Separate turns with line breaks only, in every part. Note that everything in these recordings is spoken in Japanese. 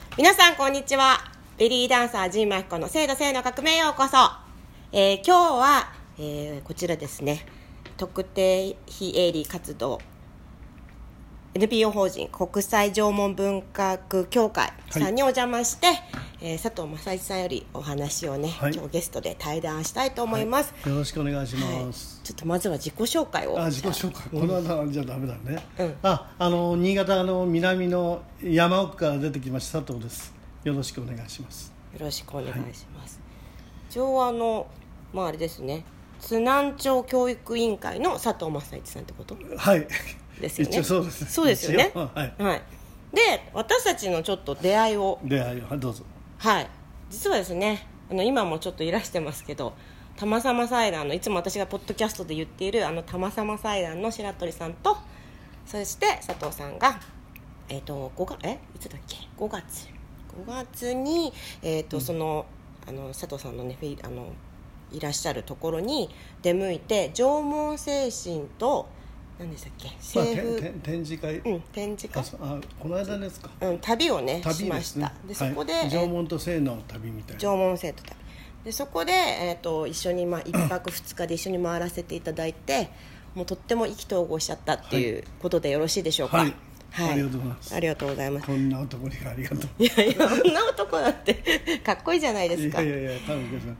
皆さんこんにちは。ベリーダンサー陣馬彦の制度性の革命へようこそ。今日は、こちらですね、特定非営利活動 NPO 法人国際縄文文化学協会さんにお邪魔して、佐藤正一さんよりお話をね、今日ゲストで対談したいと思います、
よろしくお願いします、
ちょっとまずは自己紹介を。
自己紹介、この間じゃダメだね、新潟の南の山奥から出てきました佐藤です。よろしくお願いします。
よろしくお願いします、一応あれですね、津南町教育委員会の佐藤正一さんってことですよね。
一応そうですね。
そうですよね。で、私たちのちょっと出会いを
どうぞ。
実はですね、今もちょっといらしてますけど、玉様祭壇のいつも私がポッドキャストで言っている玉様祭壇の白鳥さんと、そして佐藤さんがいつだっけ、5月にその佐藤さんのねいらっしゃるところに出向いて、縄文精神と何でしたっけ、
展示会、
展示会、
この間ですか、
旅をねしました。でそこで、
縄文と性の旅みたいな、
縄文性と旅で、そこで、一緒に1泊2日で一緒に回らせていただいて、もうとっても意気投合しちゃったっていうことでよろしいでしょうか。
ありがとうございます。
ありがとうございます。
こんな男にありがとう。
いやいや、こんな男だってかっこいいじゃないですか。
いや
で、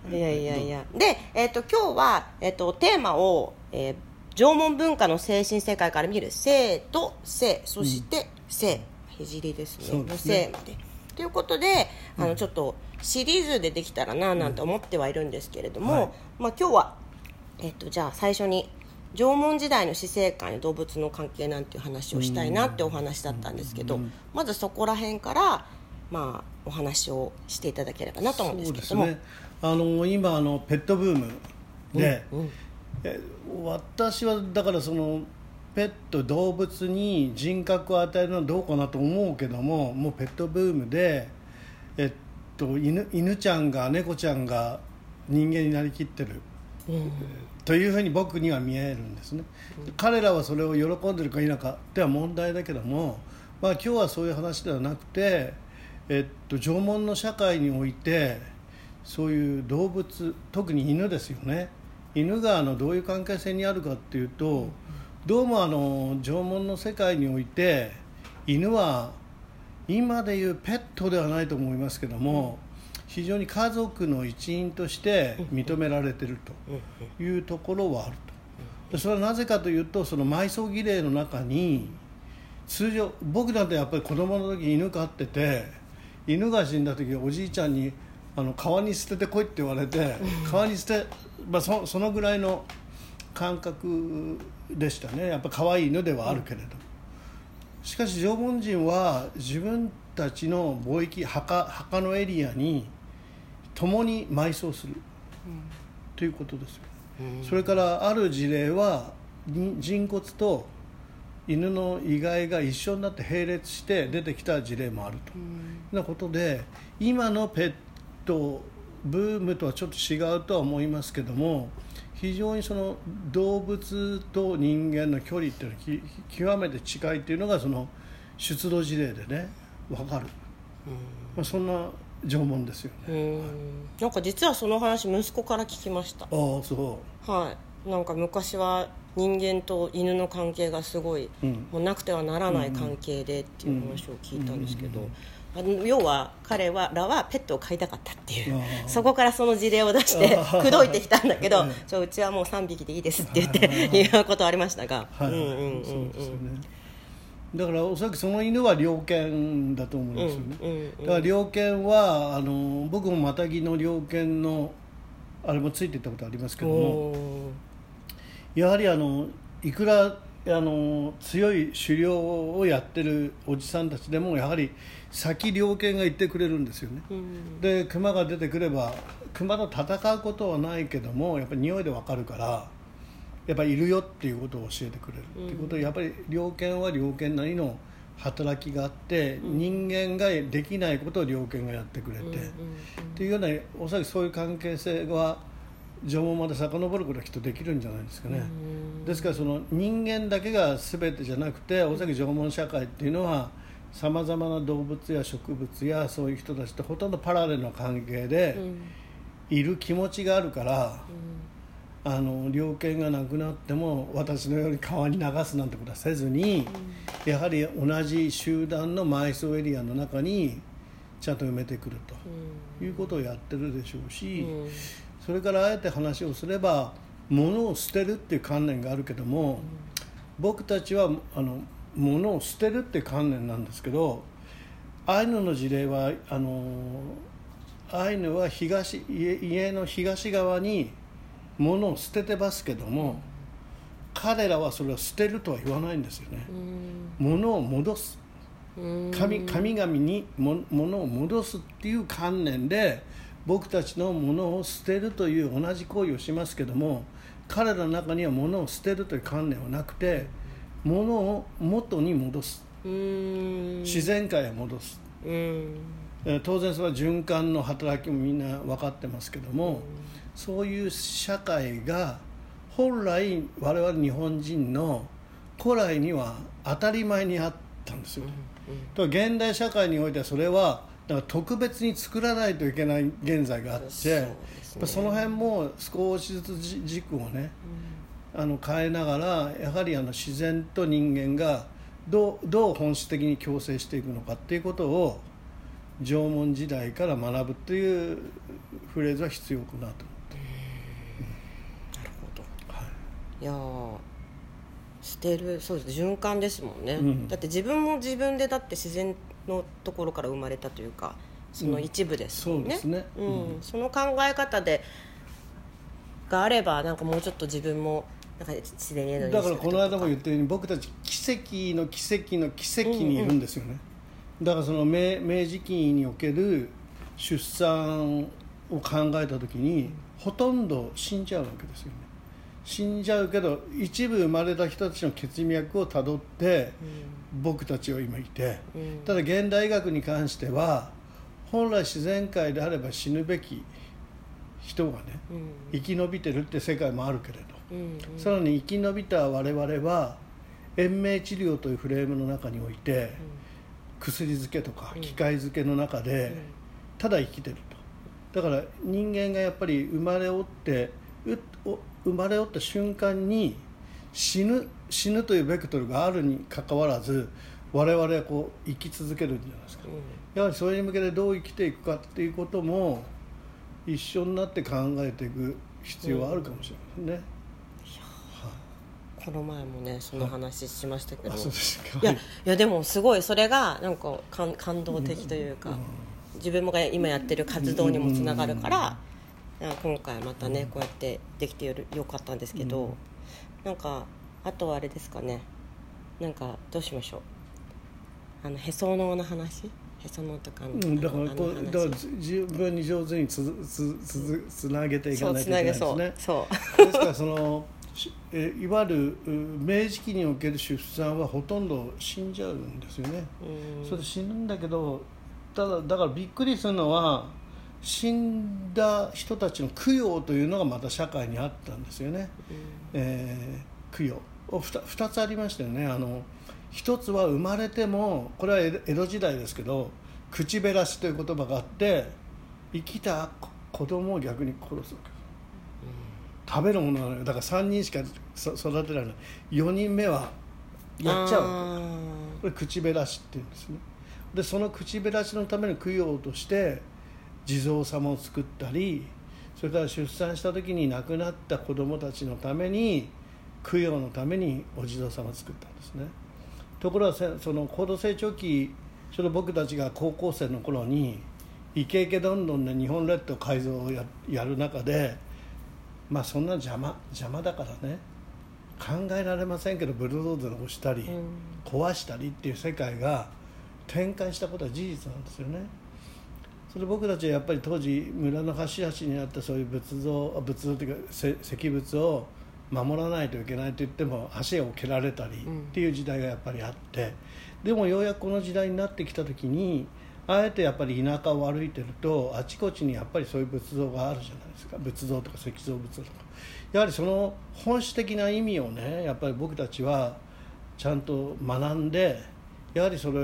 今日は、テーマを、縄文文化の精神世界から見る性と性、そして性、へじりですね、の性までということで、ちょっとシリーズでできたらななんて思ってはいるんですけれども、今日は、じゃあ最初に縄文時代の死生観や動物の関係なんていう話をしたいなってお話だったんですけど、まずそこら辺からお話をしていただければなと思うんですけども。
そうですね、今ペットブームで、私はだからそのペット動物に人格を与えるのはどうかなと思うけども、もうペットブームで、犬ちゃんが猫ちゃんが人間になりきってる、というふうに僕には見えるんですね、彼らはそれを喜んでるか否かでは問題だけども、今日はそういう話ではなくて、縄文の社会においてそういう動物、特に犬ですよね、犬がどういう関係性にあるかっていうと、どうも縄文の世界において犬は今でいうペットではないと思いますけども、非常に家族の一員として認められているというところはあると。それはなぜかというと、その埋葬儀礼の中に、通常僕なんてやっぱり子供の時犬飼ってて、犬が死んだ時おじいちゃんに川に捨ててこいって言われて、川に捨て、そのぐらいの感覚でしたね。やっぱ可愛い犬ではあるけれど、しかし縄文人は自分たちの墓域、墓のエリアに共に埋葬する、ということですよ、それからある事例は人骨と犬の遺骸が一緒になって並列して出てきた事例もあるというようなことで、今のペットブームとはちょっと違うとは思いますけども、非常にその動物と人間の距離っていうのは極めて近いっていうのがその出土事例でね分かる、そんな縄文ですよね。
なんか実はその話息子から聞きました。なんか昔は人間と犬の関係がすごい、もうなくてはならない関係でっていう話を聞いたんですけど、要は彼らはペットを飼いたかったっていう、そこからその事例を出して口説いてきたんだけど、うちはもう3匹でいいですって言っていうことありましたが、
だからおそらくその犬は猟犬だと思うんですよね、だから猟犬は僕もマタギの猟犬のあれもついていったことありますけども、やはりいくら強い狩猟をやってるおじさんたちでもやはり先猟犬が言ってくれるんですよね、で熊が出てくれば熊と戦うことはないけども、やっぱり匂いで分かるからやっぱりいるよっていうことを教えてくれるっていうことで、やっぱり猟犬は猟犬なりの働きがあって、人間ができないことを猟犬がやってくれて、っていうようなおそらくそういう関係性は縄文まで遡ることはきっとできるんじゃないですかね。ですからその人間だけが全てじゃなくて、おそらく縄文社会っていうのはさまざまな動物や植物やそういう人たちとほとんどパラレルの関係でいる気持ちがあるから、猟犬がなくなっても私のように川に流すなんてことはせずに、やはり同じ集団の埋葬エリアの中にちゃんと埋めてくるということをやってるでしょうし、それからあえて話をすれば物を捨てるっていう観念があるけども、僕たちは物を捨てるっていう観念なんですけど、アイヌの事例はアイヌは家の東側に物を捨ててますけども、彼らはそれを捨てるとは言わないんですよね。物を戻す、神々に物を戻すっていう観念で僕たちの物を捨てるという同じ行為をしますけども、彼らの中には物を捨てるという観念はなくて、物を元に戻す、自然界へ戻す、当然それは循環の働きもみんな分かってますけども、そういう社会が本来我々日本人の古来には当たり前にあったんですよ。と現代社会においてはそれはだから特別に作らないといけない現在があって、その辺も少しずつ軸をね、変えながらやはり自然と人間がどう本質的に共生していくのかっていうことを縄文時代から学ぶというフレーズは必要かなと思って。
なるほど、はい、いや捨てる、そうです、循環ですもんね、だって自分も自分でだって自然のところから生まれたというかその一部ですもんね、
そうですね、
その考え方があればなんかもうちょっと自分もなんか自然への
だからこの間も言ったように僕たち奇跡の奇跡の奇跡にいるんですよね、だからその 明治期における出産を考えた時にほとんど死んじゃうわけですよね。死んじゃうけど一部生まれた人たちの血脈をたどって僕たちは今いて、ただ現代医学に関しては本来自然界であれば死ぬべき人がね、生き延びてるって世界もあるけれど、さらに生き延びた我々は延命治療というフレームの中において、薬漬けとか機械漬けの中でただ生きてると。だから人間がやっぱり生まれおった瞬間に死ぬというベクトルがあるにかかわらず我々はこう生き続けるんじゃないですか、やはりそれに向けてどう生きていくかっていうことも一緒になって考えていく必要はあるかもしれませんね、
この前もねその話しましたけど、
そうですか。
いやでもすごいそれがなんか感動的というか、自分もが今やってる活動にもつながるから、今回またねこうやってできてよかったんですけど、なんかあとはあれですかね、なんかどうしましょう、へその緒の話、へその緒とか
だから十分に上手につなげていかないといけないですね。そうですからいわゆる明治期における出産はほとんど死んじゃうんですよね。それで死ぬんだけど、だからびっくりするのは死んだ人たちの供養というのがまた社会にあったんですよね、供養2つありましたよね。一つは生まれても、これは江戸時代ですけど口減らしという言葉があって、生きた子供を逆に殺すわけ、食べるものはだから3人しか育てられない、4人目はやっちゃうわけ、これ口減らしっていうんですね。でその口減らしのための供養として地蔵様を作ったり、それから出産した時に亡くなった子供たちのために供養のためにお地蔵様を作ったんですね。ところがその高度成長期、ちょうど僕たちが高校生の頃にイケイケどんどんで日本列島改造を やる中で、そんな邪魔だからね考えられませんけどブルドーザーを押したり、壊したりっていう世界が展開したことは事実なんですよね。それで僕たちはやっぱり当時村の端々にあったそういう仏像というか石仏を守らないといけないと言っても足を蹴られたりっていう時代がやっぱりあって、でもようやくこの時代になってきた時にあえてやっぱり田舎を歩いてるとあちこちにやっぱりそういう仏像があるじゃないですか。仏像とか石像仏像とか、やはりその本質的な意味をねやっぱり僕たちはちゃんと学んで、やはりそれ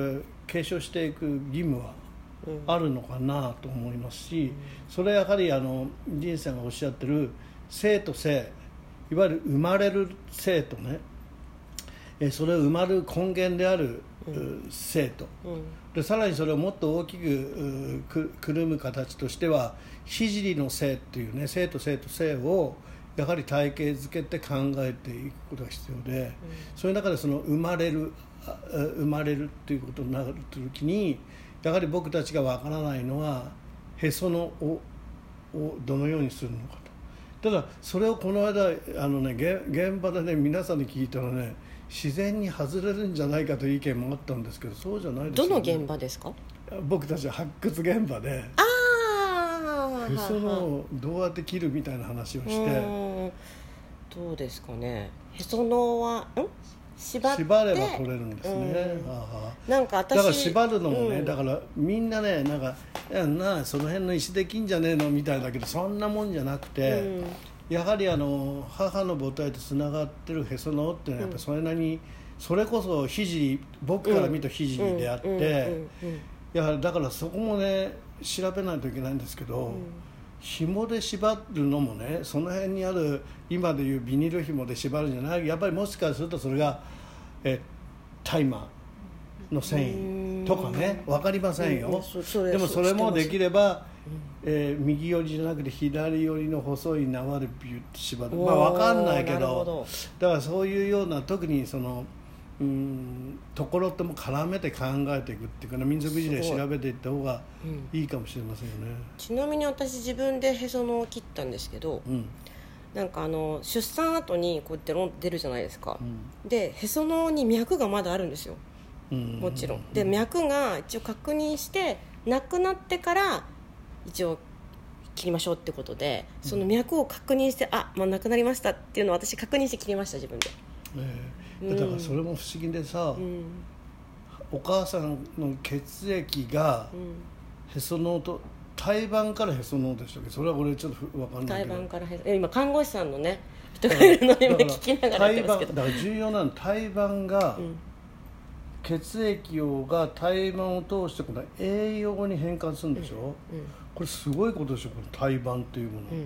継承していく義務はあるのかなと思いますし、それはやはり仁さんがおっしゃってる生と性、いわゆる生まれる性とね、それを生まれる根源である性と、でさらにそれをもっと大きくくるむ形としては聖の性っていうね、生と性と性をやはり体系づけて考えていくことが必要で、そういう中でその生まれるっていうことになる時にやはり僕たちがわからないのはへその緒をどのようにするのかと。ただそれをこの間現場でね皆さんに聞いたらね、自然に外れるんじゃないかという意見もあったんですけど、そうじゃないですよね。
どの現場ですか？
僕たちは発掘現場でへその緒をどうやって切るみたいな話をして、
どうですかね。へその緒は縛
れば取れるんですね、
なんか私
だから縛るのもね、だからみんなねなんかその辺の石できんじゃねえのみたいだけど、そんなもんじゃなくて、やはり母の母体とつながってるへその緒っていうのはやっぱりそれなりに、それこそ聖、僕から見ると聖であって、やはりだからそこもね調べないといけないんですけど、紐で縛るのもね、その辺にある今でいうビニール紐で縛るんじゃない、やっぱりもしかするとそれが大麻の繊維とかね、分かりませんよ、でもそれもできれば、右寄りじゃなくて左寄りの細い縄でビュッと縛る、分かんないけど、だからそういうような、特にそのところとも絡めて考えていくっていうか、民族事例調べていった方がいいかもしれませんよね。
ちなみに私自分でへその緒を切ったんですけど、なんか出産後にこうやって出るじゃないですか、でへその緒に脈がまだあるんですよ、もちろんで、脈が一応確認してなくなってから一応切りましょうってことで、その脈を確認して、なくなりましたっていうのを私確認して切りました、自分で。
だからそれも不思議でさ、お母さんの血液がへその緒と胎盤からへその緒でしたっけ？それは俺ちょっと分かんないけど、
胎盤から今看護師さんのね人がいるのを今聞きながらやってますけど、
だから重要なのは胎盤が、血液が胎盤を通してこの栄養に変換するんでしょ、これすごいことでしょ、この胎盤っていうもの、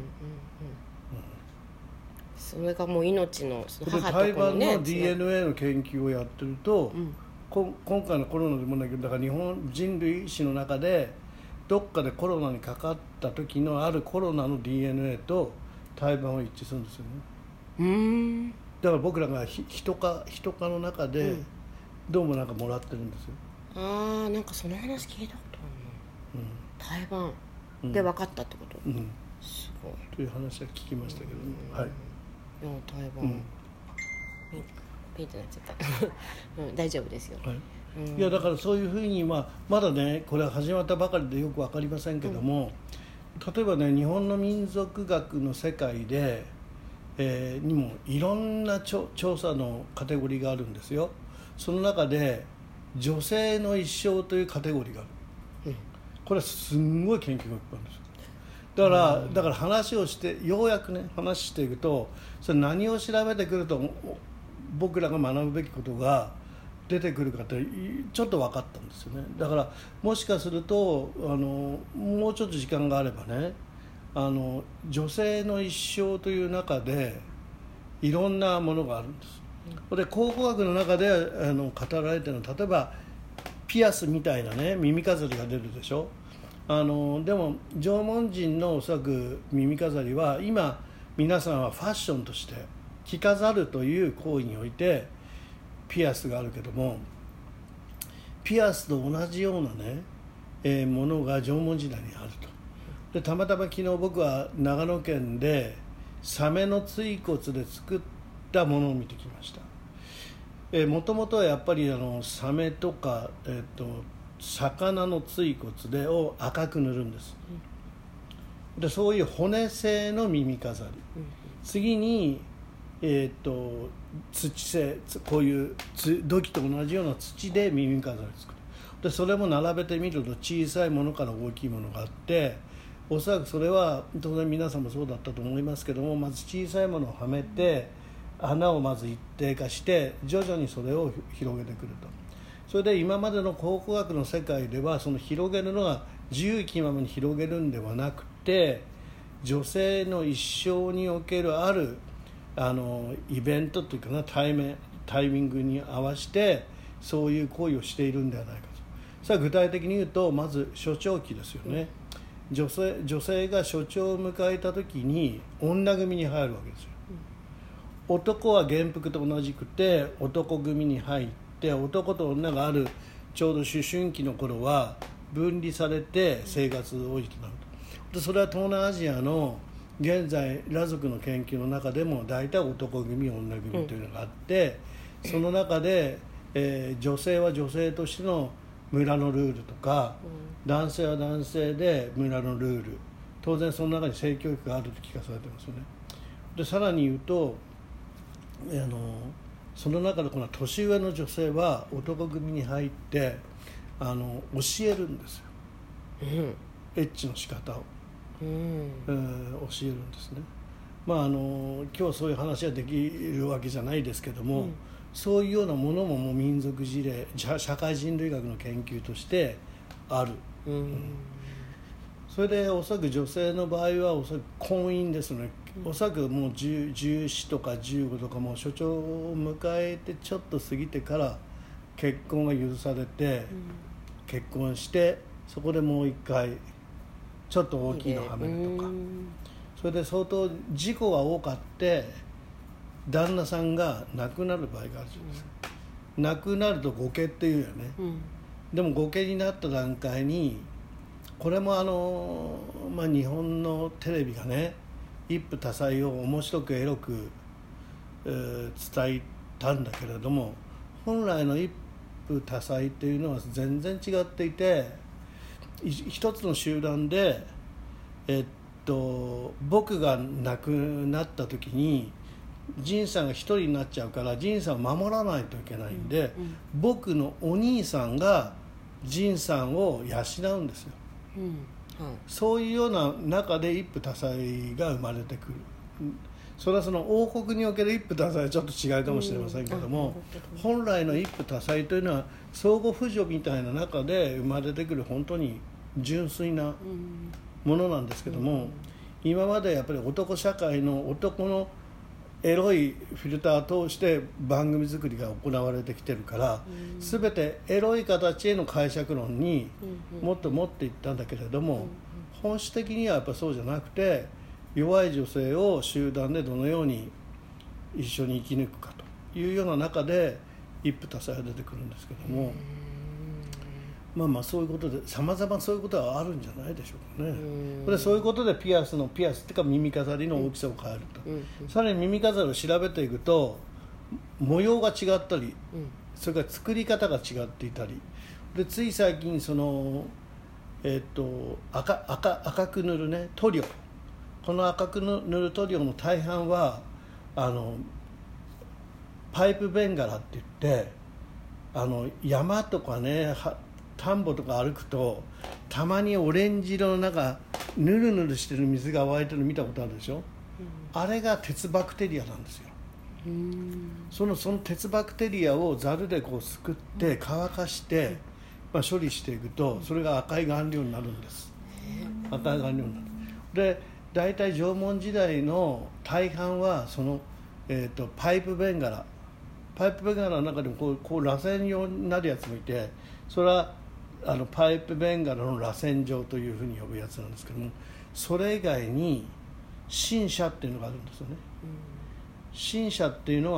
それがもう命の母と子のね、
胎盤の DNA の研究をやってると、今回のコロナでもないけど、だから日本人類史の中でどっかでコロナにかかった時のあるコロナの DNA と胎盤は一致するんですよね。だから僕らが人科の中でどうもなんかもらってるんですよ。
なんかその話聞いたことあるの、胎盤で分かったってこと、すごい
という話は聞きましたけど、はい。
胎盤、ピンってなっちゃった大丈夫ですよ、
いやだからそういうふうに、まだねこれは始まったばかりでよく分かりませんけども、例えばね日本の民族学の世界で、にもいろんな調査のカテゴリーがあるんですよ。その中で女性の一生というカテゴリーがある、これはすんごい研究がいっぱいあるんですよ。だから話をしてようやくね話していくと、それ何を調べてくると僕らが学ぶべきことが出てくるかってちょっと分かったんですよね。だからもしかするともうちょっと時間があればね、女性の一生という中でいろんなものがあるんです。で考古学の中で語られているのは、例えばピアスみたいなね耳飾りが出るでしょ。でも縄文人のおそらく耳飾りは今皆さんはファッションとして着飾るという行為においてピアスがあるけども、ピアスと同じようなね、ものが縄文時代にあると。でたまたま昨日僕は長野県でサメの椎骨で作ったものを見てきました。もともとはやっぱりサメとか、魚の椎骨を赤く塗るんです。でそういう骨製の耳飾り、次に土製、こういう土器と同じような土で耳飾りを作る。でそれも並べてみると小さいものから大きいものがあって、おそらくそれは当然皆さんもそうだったと思いますけども、まず小さいものをはめて穴をまず一定化して徐々にそれを広げてくると。 それで今までの考古学の世界ではその広げるのが自由気ままに広げるんではなくて、女性の一生におけるあるイベントというかな、タイミングに合わせてそういう行為をしているんではないかと。それは具体的に言うと、まず初潮期ですよね。女性が初潮を迎えた時に女組に入るわけですよ。男は元服と同じくて男組に入って、男と女があるちょうど思春期の頃は分離されて生活を営むと。でそれは東南アジアの現在裸族の研究の中でも大体男組女組というのがあって、その中で、女性は女性としての村のルールとか、男性は男性で村のルール、当然その中に性教育があると聞かされてますよね。でさらに言うとその中でこの年上の女性は男組に入って教えるんですよ、エッチの仕方を、教えるんですね。今日はそういう話ができるわけじゃないですけども、そういうようなものももう民族事例、社会人類学の研究としてある、それでおそらく女性の場合はおそらく婚姻ですね。おそらくもう14とか15とかもう初潮を迎えてちょっと過ぎてから結婚が許されて、結婚してそこでもう一回ちょっと大きいのはめるとか、それで相当事故が多かって旦那さんが亡くなる場合があるじゃないですか。亡くなると後家っていうよね、でも後家になった段階にこれも日本のテレビがね一夫多妻を面白くエロく、伝えたんだけれども、本来の一夫多妻っていうのは全然違っていて、一つの集団で、僕が亡くなった時に仁さんが一人になっちゃうから仁さんを守らないといけないんで、僕のお兄さんが仁さんを養うんですよ、そういうような中で一夫多妻が生まれてくる。それはその王国における一夫多妻はちょっと違うかもしれませんけども、本来の一夫多妻というのは相互扶助みたいな中で生まれてくる本当に純粋なものなんですけども、今までやっぱり男社会の男のエロいフィルターを通して番組作りが行われてきてるから、全てエロい形への解釈論にもっと持っていったんだけれども、本質的にはやっぱそうじゃなくて、弱い女性を集団でどのように一緒に生き抜くかというような中で一夫多妻が出てくるんですけども、そういうことで様々そういうことはあるんじゃないでしょうかね。でそういうことでピアスっていうか耳飾りの大きさを変えると、さらに耳飾りを調べていくと模様が違ったり、それから作り方が違っていたりで、つい最近その、赤く塗るね塗料、この赤く塗る塗料の大半はパイプベンガラって言って山とかね田んぼとか歩くとたまにオレンジ色の中ヌルヌルしてる水が湧いてるの見たことあるでしょ、あれが鉄バクテリアなんですよ。その鉄バクテリアをザルでこうすくって乾かして、処理していくとそれが赤い顔料になるんです。赤い顔料になる。で大体縄文時代の大半はその、パイプベンガラの中でもこう螺旋状になるやつもいて、それはパイプベンガラの螺旋状というふうに呼ぶやつなんですけども、それ以外に辰砂っていうのがあるんですよね。辰砂っていうの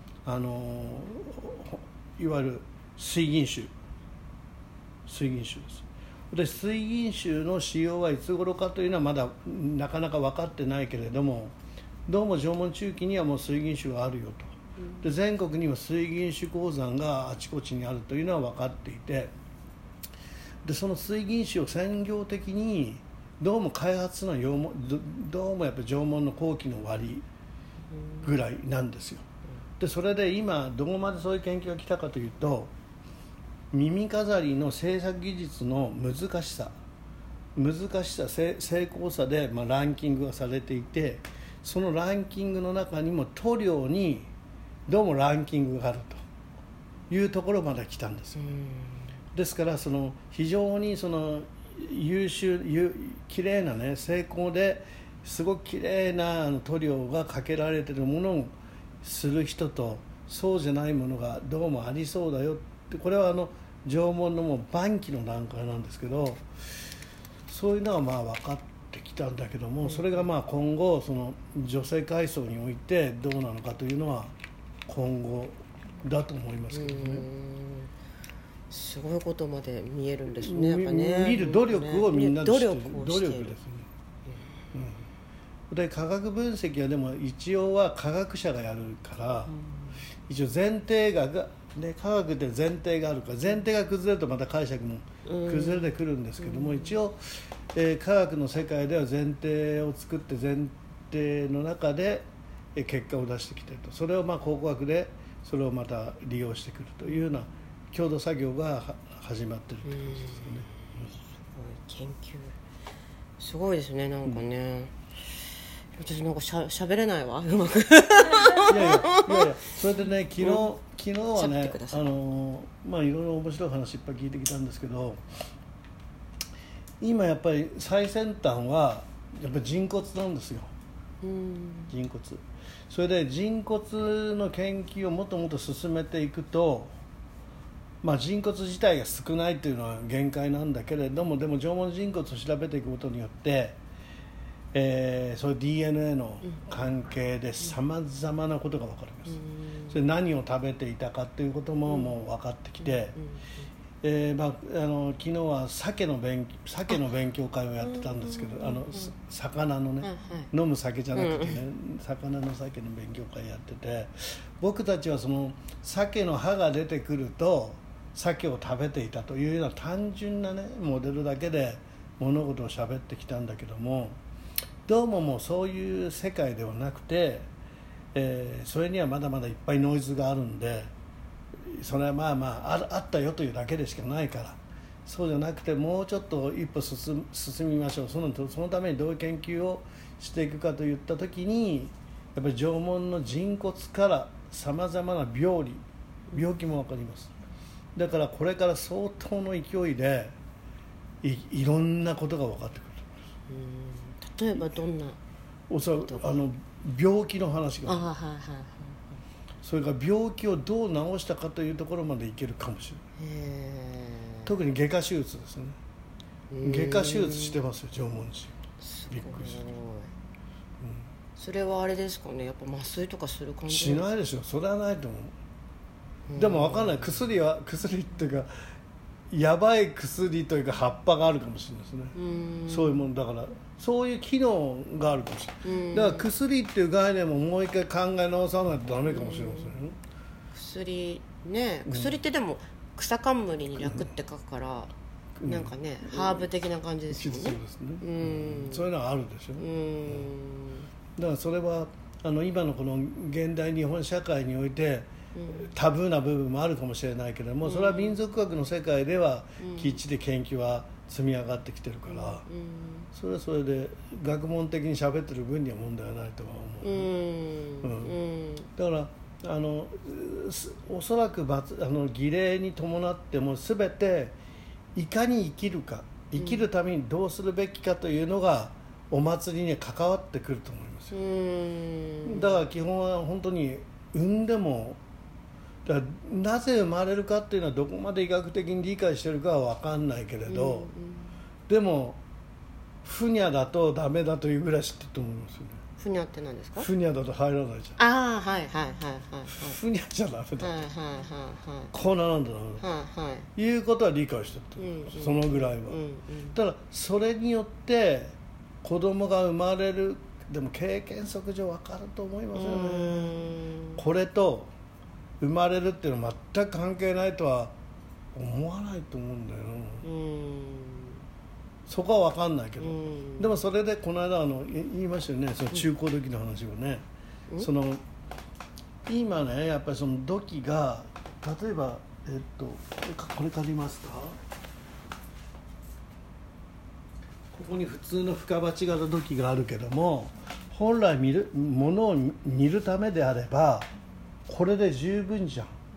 はいわゆる水銀種です。で水銀種の使用はいつ頃かというのはまだなかなか分かってないけれども、どうも縄文中期にはもう水銀種があるよと。で全国には水銀種鉱山があちこちにあるというのは分かっていて、でその水銀種を専業的にどうも開発するのはどうもやっぱり縄文の後期の終わりぐらいなんですよ。でそれで今どこまでそういう研究が来たかというと、耳飾りの制作技術の難しさ成功さで、ランキングがされていて、そのランキングの中にも塗料にどうもランキングがあると。 いうところまで来たんですよ。ですから非常に優秀きれいなね、精巧ですごくきれいな塗料がかけられているものをする人と、そうじゃないものがどうもありそうだよって、これは縄文のもう晩期の段階なんですけど、そういうのは分かってきたんだけども、それが今後女性階層においてどうなのかというのは今後だと思いますけどね。
すごいことまで見えるんですね、やっぱね。
見る努力をみんなでしてる。
努力
ですね。で科学分析はでも一応は科学者がやるから、一応前提がね、科学って前提があるから、前提が崩れるとまた解釈も崩れてくるんですけども、一応、科学の世界では前提を作って、前提の中で結果を出してきてると、それを考古学でそれをまた利用してくるというような共同作業が始まってるって感じですよね。
すごい研究、すごいですね、なんかね。私なんかしゃべれないわ、うまく。い
やそれでね、昨日はね、いろいろ面白い話いっぱい聞いてきたんですけど、今やっぱり最先端はやっぱり人骨なんですよ。人骨。それで人骨の研究をもっともっと進めていくと、人骨自体が少ないというのは限界なんだけれども、でも縄文人骨を調べていくことによって、そういう DNA の関係でさまざまなことが分かります。それ何を食べていたかということももう分かってきて、昨日は鮭の勉強会をやってたんですけど、魚のね、飲む酒じゃなくてね、魚の鮭の勉強会やってて、僕たちは鮭の歯が出てくると鮭を食べていたというような単純なねモデルだけで物事を喋ってきたんだけども、どうももうそういう世界ではなくて、それにはまだまだいっぱいノイズがあるんで、それはあったよというだけでしかないから、そうじゃなくてもうちょっと一歩進みましょう。そのためにどういう研究をしていくかといった時に、やっぱり縄文の人骨からさまざまな病気も分かります。だからこれから相当の勢いでいろんなことが分かってくると思います。
例えばどんな
おそらく病気の話が、それから病気をどう治したかというところまでいけるかもしれない。特に外科手術ですね。外科手術してますよ、縄文人。びっくりする。
それはあれですかね、やっぱ麻酔とかする感じ？
しないでしょ、それはないと思う。でも分かんない、薬っていうかやばい薬というか葉っぱがあるかもしれないですね。そういうものだから、そういう機能があるかもしれない。だから薬っていう概念ももう一回考え直さないとダメかもしれませんよ。
薬ってでも草冠に楽って書くから、なんかね、ハーブ的な感じですよね。
そうですね。そういうのはあるでしょ。だからそれは今のこの現代日本社会においてタブーな部分もあるかもしれないけれども、それは民族学の世界ではきっちり研究は積み上がってきてるから、それはそれで学問的に喋ってる分には問題はないとは思う。だからおそらく儀礼に伴っても全ていかに生きるか、生きるためにどうするべきかというのがお祭りに関わってくると思いますよ。だから基本は本当に産んでも、だからなぜ生まれるかっていうのはどこまで医学的に理解してるかは分かんないけれど、でもふにゃだとダメだというぐらい知ってると思いますよね。
ふにゃって何ですか？
ふにゃだと入らないじゃん。ふにゃじゃダメだと、こうならんだダメだ、いうことは理解してると、そのぐらいは。ただそれによって子供が生まれる、でも経験則上分かると思いますよね。これと生まれるっていうのは全く関係ないとは思わないと思うんだよな。そこは分かんないけど、でもそれでこの間言いましたよね、その中高土器の話をね。今ね、やっぱりその土器が例えばこれ借りますか。ここに普通の深鉢型土器があるけども、本来物を煮るためであればこれで十分じゃん。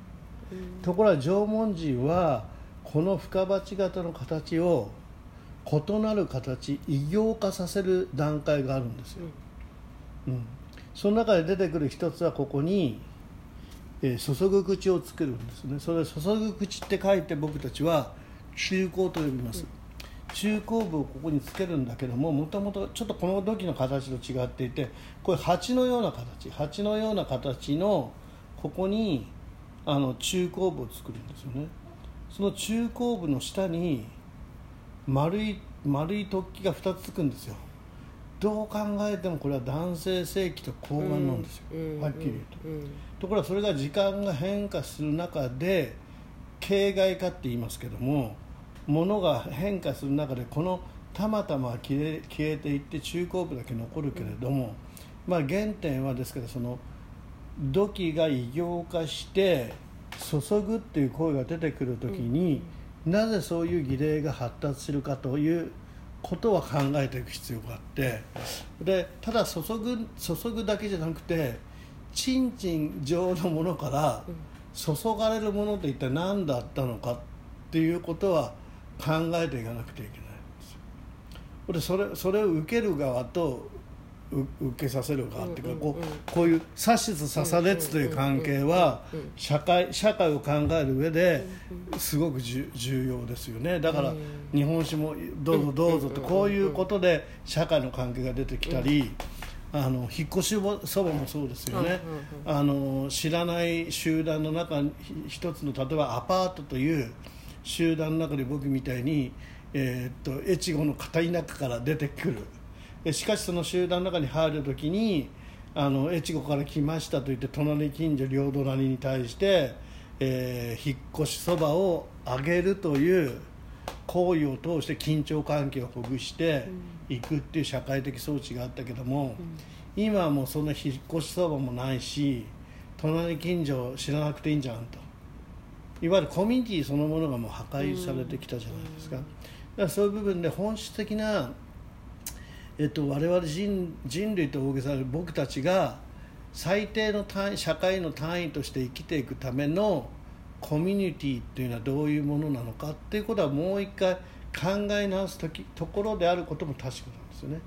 ところが縄文人はこの深鉢型の形を異なる形異形化させる段階があるんですよ、その中で出てくる一つはここに、注ぐ口を作るんですね。それ注ぐ口って書いて僕たちは中口と呼びます、中口部をここにつけるんだけども、もともとちょっとこの時の形と違っていて、これ鉢のような形のここに中口部を作るんですよね。その中口部の下に丸い突起が2つつくんですよ。どう考えてもこれは男性性器と睾丸なんですよ、はっきり言うと、ところがそれが時間が変化する中で形骸化って言いますけども、物が変化する中でこのたまたま消えていって中口部だけ残るけれども、原点はですからその土器が異形化して注ぐっていう声が出てくるときに、なぜそういう儀礼が発達するかということは考えていく必要があって、でただ注ぐだけじゃなくて、ちんちん状のものから注がれるものって一体何だったのかっていうことは考えていかなくてはいけないんですよ。でそれを受ける側と受けさせる側っていうか、こういう差しつ差されつという関係は社会を考える上ですごく重要ですよね。だから日本史もどうぞどうぞとこういうことで社会の関係が出てきたり、引っ越しそばもそうですよね。知らない集団の中一つの例えばアパートという集団の中で僕みたいに越後の片田舎から出てくる。しかしその集団の中に入るときに越後から来ましたと言って隣近所両隣に対して、引っ越しそばをあげるという行為を通して緊張関係をほぐしていくっていう社会的装置があったけども、今はもうそんな引っ越しそばもないし、隣近所知らなくていいんじゃんと、いわゆるコミュニティそのものがもう破壊されてきたじゃないですか。だからそういう部分で本質的な我々人類と大げさに僕たちが最低の社会の単位として生きていくためのコミュニティっていうのはどういうものなのかっていうことはもう一回考え直すところであることも確かなんですよね。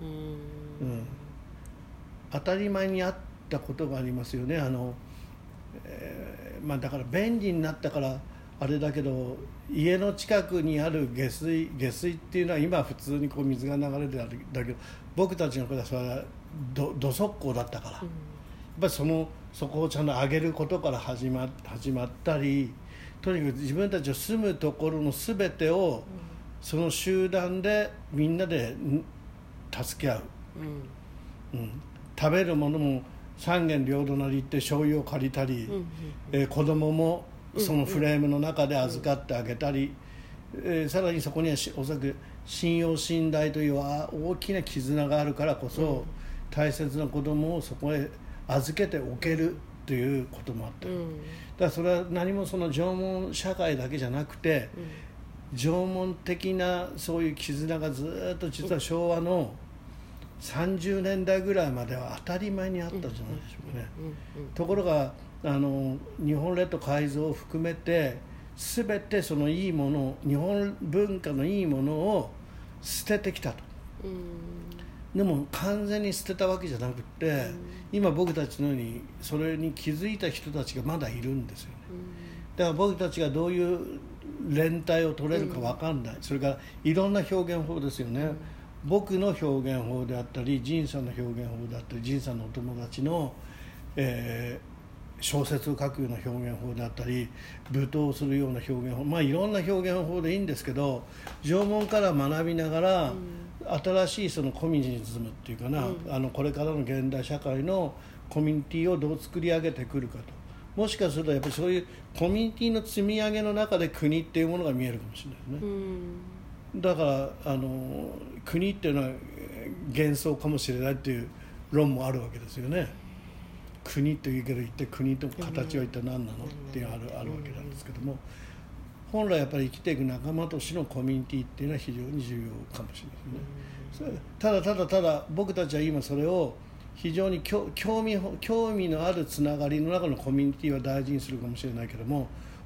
当たり前にあったことがありますよね。だから便利になったからあれだけど、家の近くにある下水っていうのは今普通にこう水が流れてるんだけど、僕たちの頃はそれは土足工だったから、やっぱりそこをちゃんと上げることから始まったり、とにかく自分たちの住むところの全てをその集団でみんなで助け合う、食べるものも三軒両隣行って醤油を借りたり、子供もそのフレームの中で預かってあげたり、さらにそこにはおそらく信用信頼という大きな絆があるからこそ、大切な子供をそこへ預けておけるということもあった、だからそれは何もその縄文社会だけじゃなくて、縄文的なそういう絆がずっと実は昭和の30年代ぐらいまでは当たり前にあったじゃないでしょうかね。ところが日本列島改造を含めて全てそのいいもの、日本文化のいいものを捨ててきたと、でも完全に捨てたわけじゃなくて、今僕たちのようにそれに気づいた人たちがまだいるんですよね。だから僕たちがどういう連帯を取れるか分かんない、それからいろんな表現法ですよね。僕の表現法であったり、仁さんの表現法であったり、仁さんのお友達の、小説を書くような表現法であったり、舞踏をするような表現法、いろんな表現法でいいんですけど、縄文から学びながら、新しいそのコミュニズムっていうかな、これからの現代社会のコミュニティをどう作り上げてくるかと。もしかするとやっぱりそういうコミュニティの積み上げの中で国っていうものが見えるかもしれないですね。だから国っていうのは幻想かもしれないっていう論もあるわけですよね。国というけど一体国と形は一体何なのっていうのがあるわけなんですけども、本来やっぱり生きていく仲間としてのコミュニティっていうのは非常に重要かもしれないですね。ただ僕たちは今それを非常に興味のあるつながりの中のコミュニティは大事にするかもしれないけども、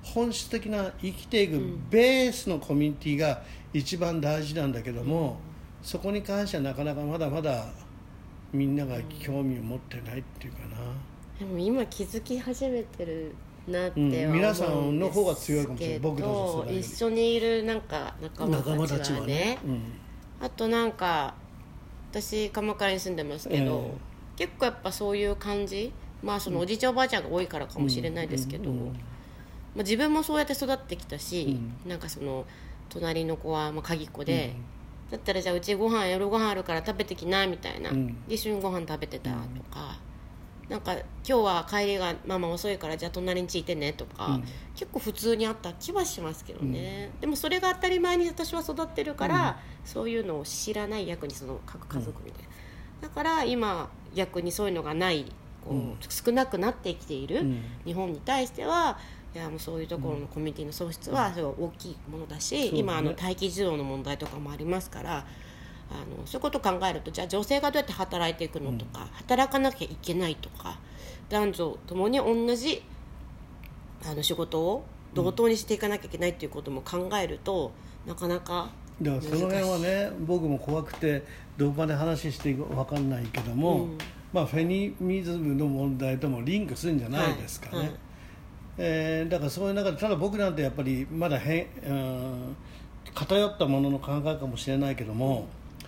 本質的な生きていくベースのコミュニティが一番大事なんだけども、そこに関してはなかなかまだまだみんなが興味を持ってないっていうかな。
でも今気づき始めてるなっては思うんですけど、
皆さんの方が強いかもしれない。僕らの世代
一緒にいるなんか仲間たちはね、あとなんか私鎌倉に住んでますけど、結構やっぱそういう感じ、まあそのおじいちゃんおばあちゃんが多いからかもしれないですけど、まあ、自分もそうやって育ってきたし、なんかその隣の子はまあ鍵っ子で、だったらじゃあうち夜ご飯あるから食べてきなみたいな、で一緒にご飯食べてたとか、なんか今日は帰りがママ遅いからじゃあ隣についてねとか、結構普通にあった気はしますけどね、でもそれが当たり前に私は育ってるから、そういうのを知らない、逆にその各家族みたいな、だから今逆にそういうのがないこう、少なくなってきている日本に対しては、いやもうそういうところのコミュニティの創出はすごい大きいものだし、今待機児童の問題とかもありますから、そういうことを考えると、じゃあ女性がどうやって働いていくのとか、働かなきゃいけないとか、男女ともに同じ仕事を同等にしていかなきゃいけないっていうことも考えると、なかなか
だからその辺はね、僕も怖くてどこまで話していいか分かんないけども、まあ、フェニミズムの問題ともリンクするんじゃないですかね、だからそういう中で、ただ僕なんてやっぱりまだ偏ったものの考えかもしれないけども、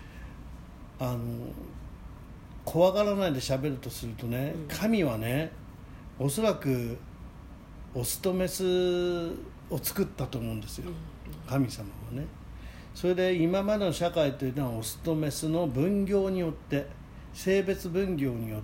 怖がらないで喋るとするとね、神はね、おそらくオスとメスを作ったと思うんですよ、神様はね。それで今までの社会というのはオスとメスの分業によって、性別分業によって、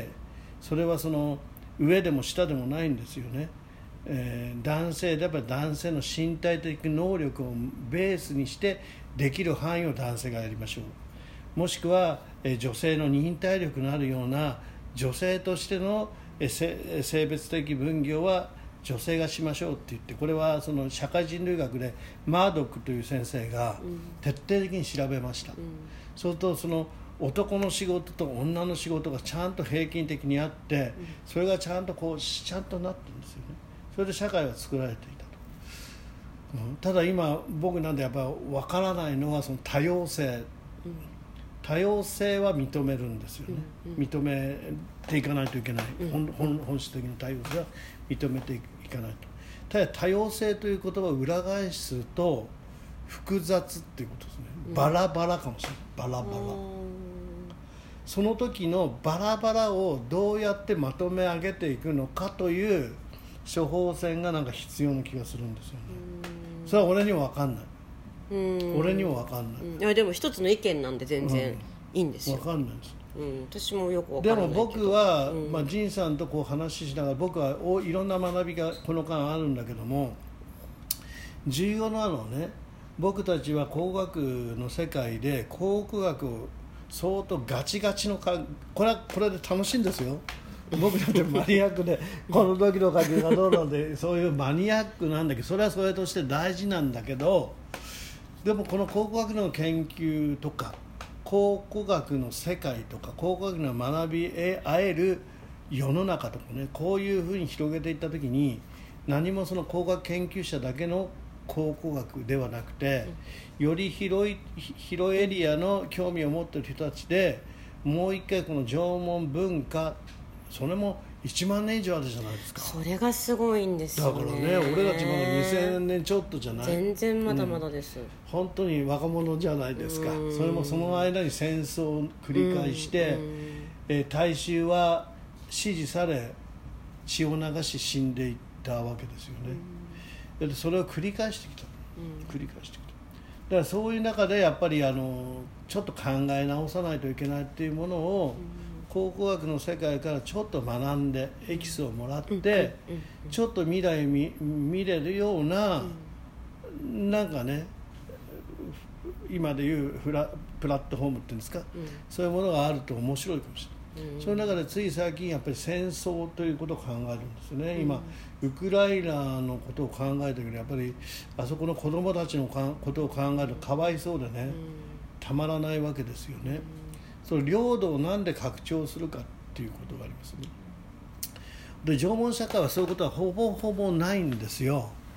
それはその上でも下でもないんですよね。男性であれば男性の身体的能力をベースにしてできる範囲を男性がやりましょう、もしくは女性の忍耐力のあるような女性としての性別的分業は女性がしましょうって言って、これはその社会人類学でマードックという先生が徹底的に調べました、そうするとその男の仕事と女の仕事がちゃんと平均的にあって、それがちゃんとこうちゃんとなってるんですよね。それで社会は作られていたと、ただ今僕なんでやっぱ分からないのはその多様性、多様性は認めるんですよね、認めていかないといけない、本質的な多様性は認めていかないと。ただ多様性という言葉を裏返しすると複雑っていうことですね、バラバラかもしれない、バラバラ、その時のバラバラをどうやってまとめ上げていくのかという処方箋がなんか必要な気がするんですよね。それは俺には分かんない、俺にも分かんない、
いやでも一つの意見なんで全然いいんですよ、
分かんないです、
私もよく分からないけど。
でも僕は、仁さんとこう話しながら、僕はいろんな学びがこの間あるんだけども、重要なのはね、僕たちは工学の世界で考古学を相当ガチガチのこれで楽しいんですよ。僕だってマニアックでこの時の書きがどうなんでそういうマニアックなんだけど、それはそれとして大事なんだけど、でもこの考古学の研究とか考古学の世界とか考古学の学び合える世の中とかね、こういうふうに広げていった時に、何もその考古学研究者だけの考古学ではなくて、より広いエリアの興味を持っている人たちで、もう一回この縄文文化、それも1万年以上あるじゃないですか。
それがすごいんですよね。
だからね、俺たちまだ2000年ちょっとじゃない、
全然まだまだです、
本当に若者じゃないですか。それもその間に戦争を繰り返して、大衆は支持され血を流し死んでいったわけですよね、でそれを繰り返してきた、繰り返してきた。だからそういう中でやっぱりちょっと考え直さないといけないっていうものを、考古学の世界からちょっと学んでエキスをもらって、ちょっと未来見れるような、なんかね、今でいうプラットフォームっていうんですか、そういうものがあると面白いかもしれない、その中でつい最近やっぱり戦争ということを考えるんですよね、今ウクライナのことを考えてるけど、やっぱりあそこの子どもたちのことを考えるとかわいそうでね、たまらないわけですよね、その領土をなんで拡張するかっていうことがありますね。で縄文社会はそういうことはほぼほぼないんですよ。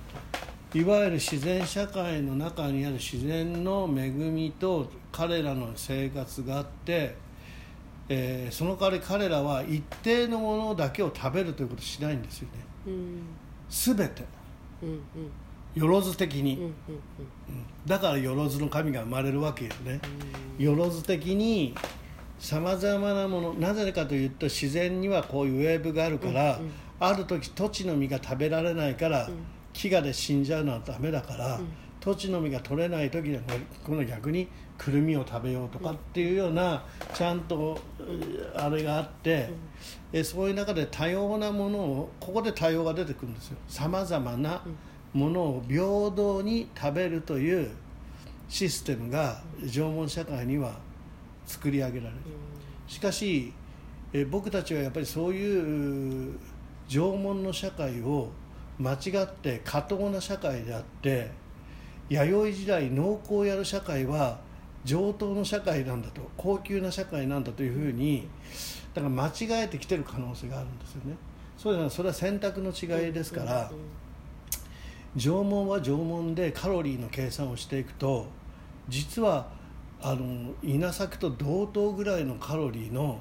いわゆる自然社会の中にある自然の恵みと彼らの生活があって、その代わり彼らは一定のものだけを食べるということをしないんですよね、全て、よろず的に、だからよろずの神が生まれるわけよね、よろず的にさまざまなもの、なぜかというと自然にはこういうウェーブがあるから、ある時土地の実が食べられないから、飢餓で死んじゃうのはダメだから、土地の実が取れない時にはこの逆にくるみを食べようとかっていうようなちゃんとあれがあって、そういう中で多様なものを、ここで多様が出てくるんですよ。さまざまなものを平等に食べるというシステムが縄文社会には作り上げられる。しかし僕たちはやっぱりそういう縄文の社会を間違って過当な社会であって、弥生時代農耕をやる社会は上等の社会なんだと、高級な社会なんだというふうにだから間違えてきてる可能性があるんですよね。それは選択の違いですから、縄文は縄文でカロリーの計算をしていくと、実は稲作と同等ぐらいのカロリーの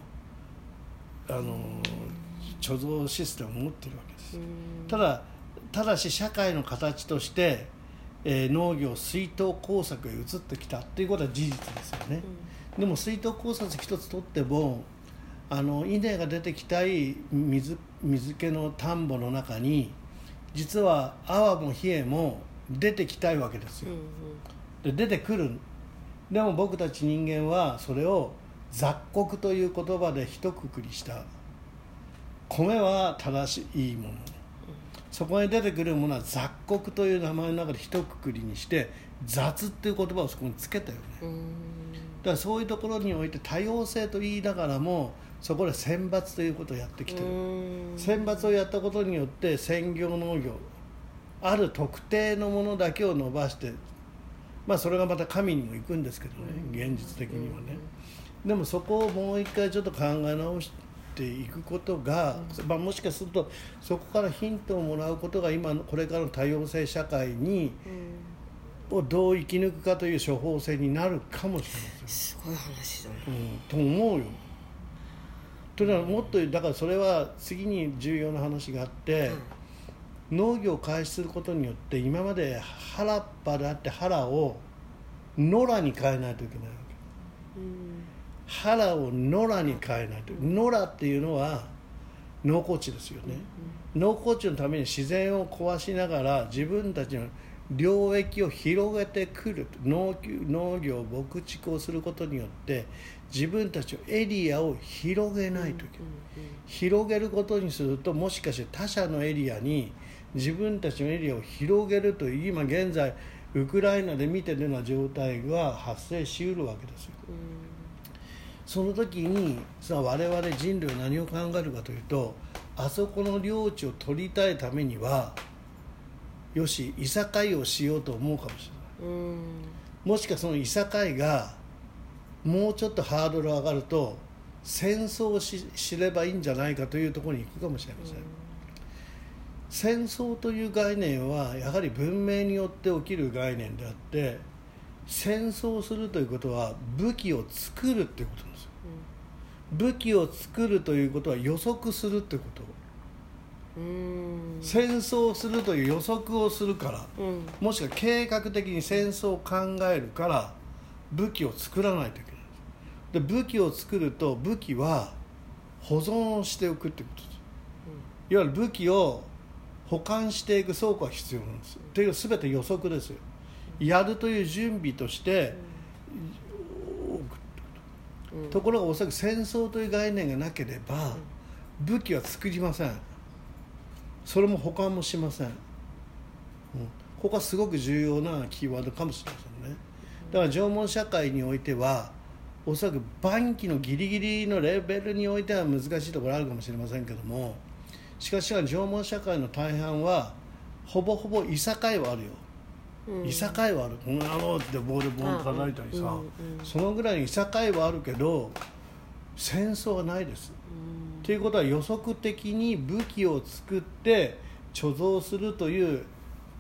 貯蔵システムを持っているわけです。ただし社会の形として、農業水稲耕作へ移ってきたということは事実ですよね、でも水稲耕作一つとっても稲が出てきたい水気の田んぼの中に実は泡も冷えも出てきたいわけですよ、で出てくる。でも僕たち人間はそれを雑穀という言葉で一括りした。米は正しいもの、そこに出てくるものは雑穀という名前の中で一括りにして雑っていう言葉をそこにつけたよね。だからそういうところにおいて多様性と言いながらもそこで選抜ということをやってきてる。選抜をやったことによって専業農業、ある特定のものだけを伸ばして、それがまた神にも行くんですけどね、現実的にはね。でもそこをもう一回ちょっと考え直していくことが、もしかするとそこからヒントをもらうことが今のこれからの多様性社会に、をどう生き抜くかという処方箋になるかもしれません。
すごい話だね、
と思うよ。というのはもっとだからそれは次に重要な話があって、農業を開始することによって今まで原っぱであって原を野良に変えないといけないわけ。原を野良に変えないと。野良っていうのは農耕地ですよね、農耕地のために自然を壊しながら自分たちの領域を広げてくる。農業牧畜をすることによって自分たちのエリアを広げないといけない、広げることにするともしかして他者のエリアに自分たちのエリアを広げるという今現在ウクライナで見ているような状態が発生しうるわけですよ。その時に我々人類は何を考えるかというと、あそこの領地を取りたいためにはよしいさかいをしようと思うかもしれない、もしかそのいさかいがもうちょっとハードル上がると戦争をすればいいんじゃないかというところに行くかもしれません、戦争という概念はやはり文明によって起きる概念であって、戦争するということは武器を作るということなんですよ、武器を作るということは予測するということ。戦争をするという予測をするから、もしくは計画的に戦争を考えるから武器を作らないといけない。で武器を作ると武器は保存をしておくということです、いわゆる武器を保管していく倉庫が必要なんです。という全て予測ですよ。やるという準備としておく、ところがおそらく戦争という概念がなければ武器は作りません。それも保管もしません、ここはすごく重要なキーワードかもしれませんね。だから縄文社会においてはおそらく晩期のギリギリのレベルにおいては難しいところあるかもしれませんけども、しかし縄文社会の大半はほぼほぼいさかいはあるよ、いさかいはある、ってボールボーン叩いたりさ、そのぐらいにいさかいはあるけど戦争はないです、ということは予測的に武器を作って貯蔵するという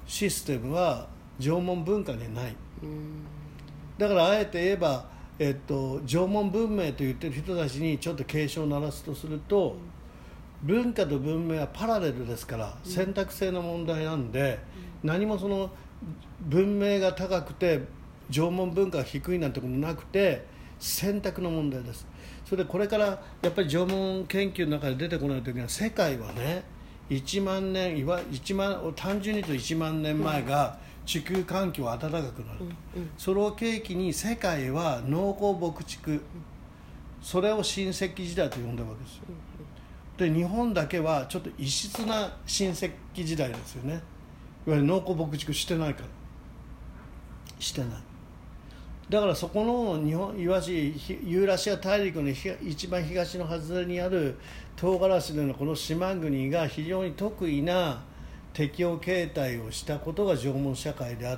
システムは縄文文化にない。だからあえて言えば、縄文文明と言ってる人たちにちょっと警鐘を鳴らすとすると、文化と文明はパラレルですから選択性の問題なんで、何もその文明が高くて縄文文化が低いなんてことなくて選択の問題です。それでこれからやっぱり縄文研究の中で出てこないときには、世界はね1万年単純に言うと1万年前が地球環境は暖かくなる、それを契機に世界は農耕牧畜、それを新石器時代と呼んだわけですよ。で日本だけはちょっと異質な新石器時代ですよね。いわゆる農耕牧畜してないから、してない。だからそこの日本ユーラシア大陸の一番東の外れにある唐辛子でのこの島国が非常に得意な適応形態をしたことが縄文社会であって、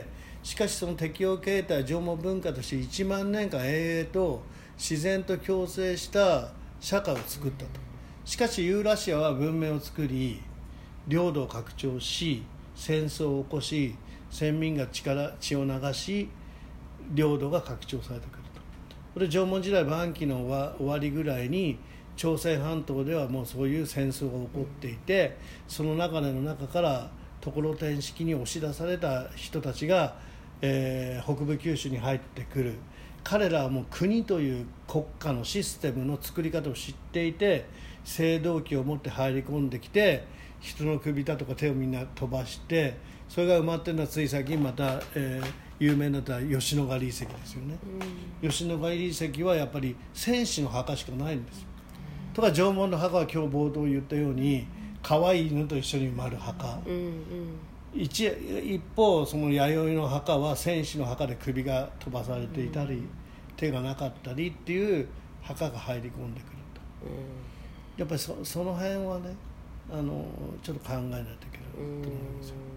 しかしその適応形態縄文文化として1万年間永遠と自然と共生した社会を作ったと。しかしユーラシアは文明を作り領土を拡張し戦争を起こし先民が血を流し領土が拡張されてくると。これ縄文時代晩期の終わりぐらいに朝鮮半島ではもうそういう戦争が起こっていて、その中からところてん式に押し出された人たちが、北部九州に入ってくる。彼らはもう国という国家のシステムの作り方を知っていて、青銅器を持って入り込んできて人の首だとか手をみんな飛ばして、それが埋まってるのはつい最近また、有名になった吉野ヶ里遺跡ですよね。吉野ヶ里遺跡はやっぱり戦士の墓しかないんです。とか縄文の墓は今日冒頭言ったように可愛い犬と一緒に埋まる墓、一方その弥生の墓は戦士の墓で首が飛ばされていたり、手がなかったりっていう墓が入り込んでくると、やっぱりその辺はねちょっと考えないといけないと思いますよ。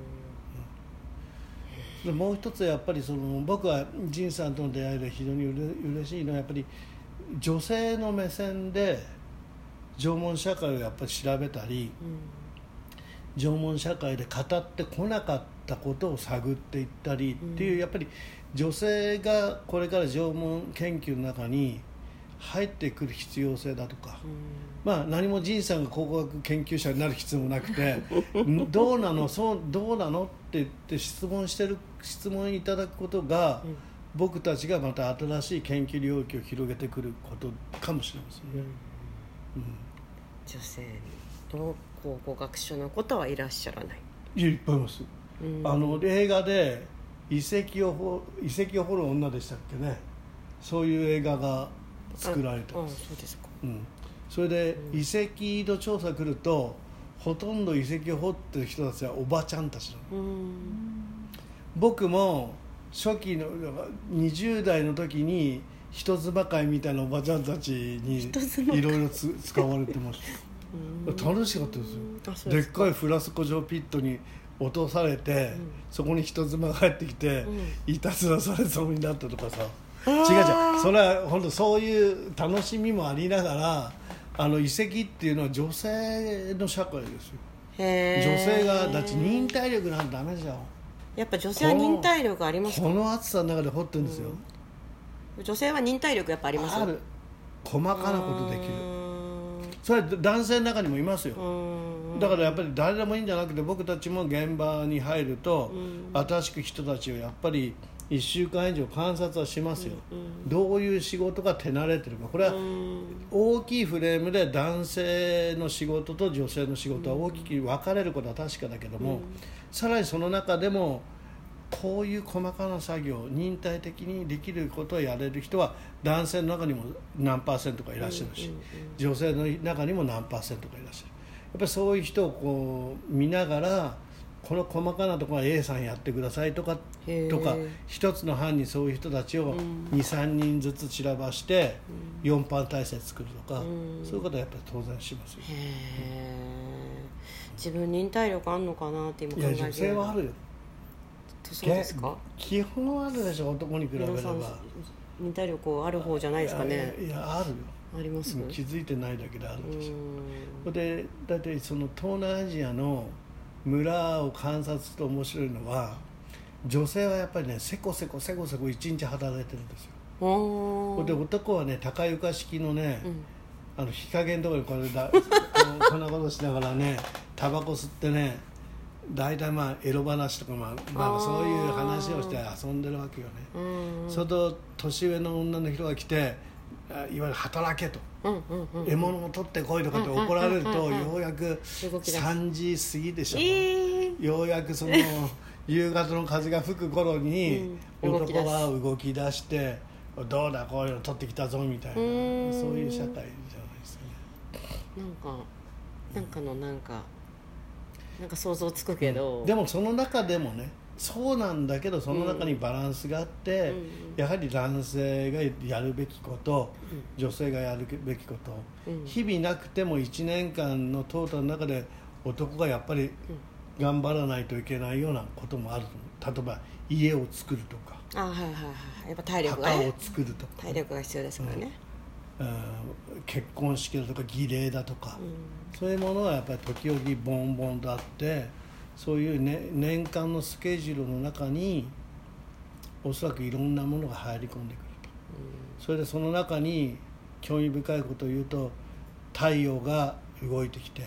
でもう一つやっぱり僕は仁さんとの出会いで非常に嬉しいのは、やっぱり女性の目線で縄文社会をやっぱり調べたり、縄文社会で語ってこなかったことを探っていったりっていう、やっぱり女性がこれから縄文研究の中に入ってくる必要性だとか、何も仁さんが考古学研究者になる必要もなくてどうなのって言って質問いただくことが、僕たちがまた新しい研究領域を広げてくることかもしれませんね。
女性の考古学者の方はいらっしゃらない？
いっぱいいます。映画で遺跡を掘る女でしたっけね、そういう映画が作られてます。
そうですか。
それで、遺跡の調査来るとほとんど遺跡を掘ってる人たちはおばちゃんたちなの。僕も初期の20代の時に人妻会みたいなおばちゃんたちにいろいろ使われてました楽しかったですよ。でっかいフラスコ状ピットに落とされて、そこに人妻が入ってきて、いたずらされそうになったとかさ、違うそれは本当そういう楽しみもありながら、遺跡っていうのは女性の社会ですよ。女性がだって忍耐力なんてダメじゃん。
やっぱ女性は忍耐力ありますか？
この暑さの中で掘ってるんですよ。
女性は忍耐力やっぱあります？
ある。細かなことできる。それは男性の中にもいますよ。だからやっぱり誰でもいいんじゃなくて、僕たちも現場に入ると、新しく人たちをやっぱり1週間以上観察はしますよ。どういう仕事が手慣れてるか。これは大きいフレームで男性の仕事と女性の仕事は大きく分かれることは確かだけども、さらにその中でもこういう細かな作業、忍耐的にできることをやれる人は男性の中にも何%かいらっしゃるし、女性の中にも何%かいらっしゃる。やっぱりそういう人をこう見ながら、この細かなところは A さんやってくださいとか一つの班にそういう人たちを 2,3 人ずつ散らばして4班体制作るとか、そういうことはやっぱり当然しますよ。
自分忍耐力あるのかなって今考えてる。
いや女性はあるよ。
そうですか？
基本あるでしょ、男に比べれば。
忍耐力ある方じゃないですかね。
いやあるよ。
あります？
気づいてないだけであるんですよ。でだいたいその東南アジアの村を観察すると面白いのは、女性はやっぱりねせこせこ一日働いてるんですよ。で男はね高床式のね、日陰のところにこんなことしながらねタバコ吸ってね、大体エロ話とか、そういう話をして遊んでるわけよね。それと年上の女の人が来て、いわゆる働けと、獲物を取ってこいとかって怒られると、ようやく3時過ぎでしょ、ようやくその夕方の風が吹く頃に男は動き出して、どうだこういうの取ってきたぞみたいな、そういう社会じゃないですかね。
なんか想像つくけど、
でもその中でもね、そうなんだけどその中にバランスがあって、やはり男性がやるべきこと、女性がやるべきこと、日々なくても1年間のトータルの中で男がやっぱり頑張らないといけないようなこともある。例えば家を作るとか、
やっぱ体力がね、
墓を作るとか、
体力が必要ですからね、
結婚式だとか儀礼だとか、そういうものはやっぱり時々ボンボンとあって、そういう、年間のスケジュールの中におそらくいろんなものが入り込んでくると、それでその中に興味深いことを言うと、太陽が動いてきて、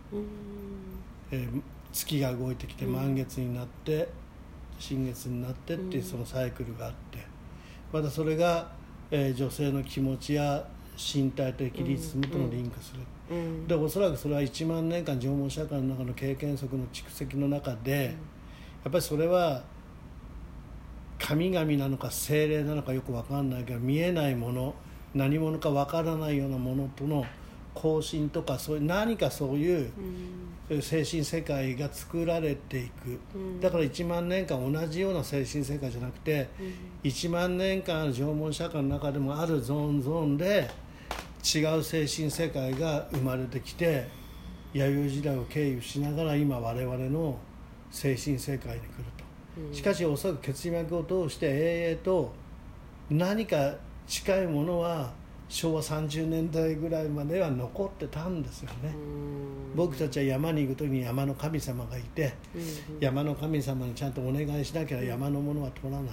月が動いてきて、満月になって新月になってっていうそのサイクルがあって、またそれが、女性の気持ちや身体的リズムともリンクする、でおそらくそれは1万年間縄文社会の中の経験則の蓄積の中で、やっぱりそれは神々なのか精霊なのかよく分かんないけど、見えないもの、何者か分からないようなものとの交信とか、そういう何かそういう精神世界が作られていく、だから1万年間同じような精神世界じゃなくて、1万年間縄文社会の中でもあるゾーンで違う精神世界が生まれてきて、弥生時代を経由しながら今我々の精神世界に来ると、しかしおそらく血脈を通して永遠と何か近いものは昭和30年代ぐらいまでは残ってたんですよね。僕たちは山に行く時に山の神様がいて、山の神様にちゃんとお願いしなきゃ山のものは取らない、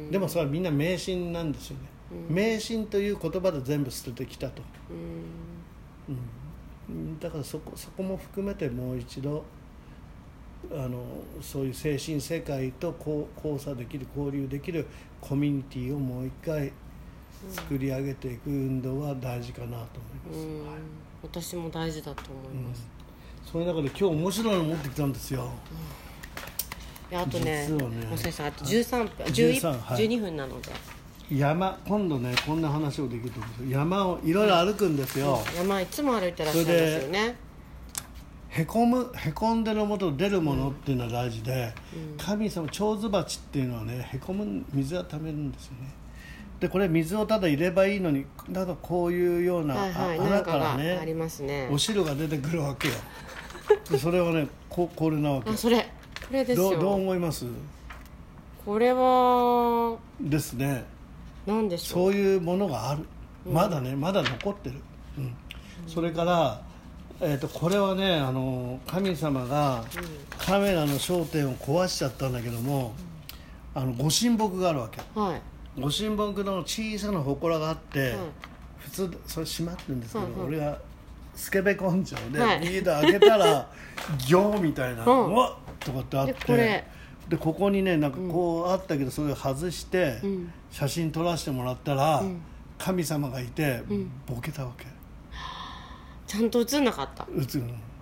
でもそれはみんな迷信なんですよね。迷信という言葉で全部捨ててきたと、だからそこも含めてもう一度そういう精神世界と交差できる、交流できるコミュニティをもう一回作り上げていく運動は大事かなと思います、
私も大事だと思います、
その中で今日面白いの持ってきたんですよ、
あとね、もしかしたらあと13分、12分なので、
今度ねこんな話をできると思うんですよ。山をいろいろ歩くんですよ、
山いつも歩いてらっしゃいますよね。
へこんでるもの出るものっていうのは大事で、神様、蝶々鉢っていうのはね、へこむ水はためるんですよね。でこれ水をただ入ればいいのに、だからこういうような、穴からね、
ありますね、
お汁が出てくるわけよ。でそれはねこれなわけ。
これですよ。
どう思います？こ
れは
ですね、
何でしょう。
そういうものがある、まだ残ってる、それからこれはね、神様がカメラの焦点を壊しちゃったんだけども、ご神木があるわけ、ご神木の小さな祠があって、普通それ閉まってるんですけど、俺がスケベ根性で、ビード開けたら行みたいな、うわっとかってあって、でここにねなんかこうあったけど、それを外して写真撮らせてもらったら、神様がいてボケたわけ。
ちゃんと映んなかった。
映る、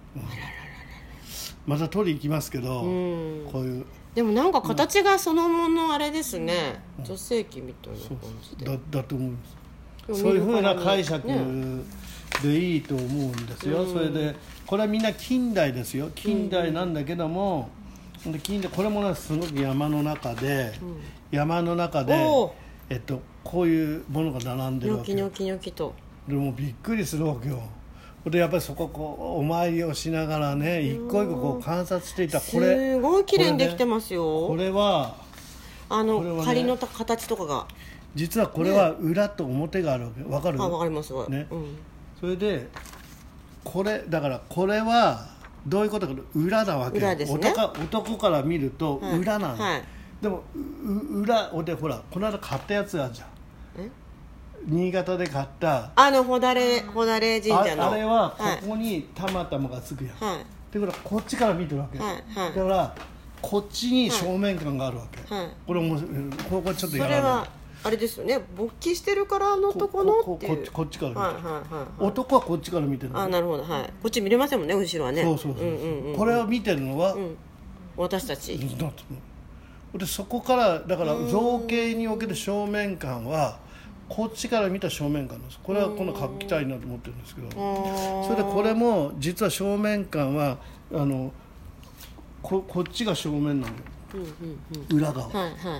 また撮り行きますけど、こういう。
でもなんか形がそのものあれですね、女性器みたいな感じで。
だと思います。そういうふうな解釈でいいと思うんですよ。それでこれはみんな近代ですよ。近代なんだけども、これもねすごく山の中で、こういうものが並んでるわけ。
ニョキニョキと。
でもびっくりするわけよ。でやっぱりそここうお参りをしながらね、一個一個こう観察していた。これ
すごい綺麗にできてますよ。
これは
仮の形とかが、
実はこれは裏と表があるわけ。わかる？
わかります
ね。それでこれはどういうことか裏だわけよ。
裏ですね。
男から見ると裏なの、
はいはい、
でも裏でほらこの間買ったやつあるじゃん。新潟で買った
ほだれ神社の
あれはここにたまたまがつくやん、はい、だからこっちから見てるわけ、はいはい、だからこっちに正面感があるわけ、はい、これもここちょっとやらない。それは
あれですよね、勃起してるからのとこのっていう
こっちから見てる、
はいはいはいはい、
男はこっちから見てる。
なるほど、はい、こっち見れませんもんね、後ろはね。
そう、これを見てるのは、
私たち
で、そこからだから造形における正面感はこっちから見た正面感です。これはこの書きたいなと思ってるんですけど、それでこれも実は正面感はこっちが正面なんだよ、裏側、はいはい、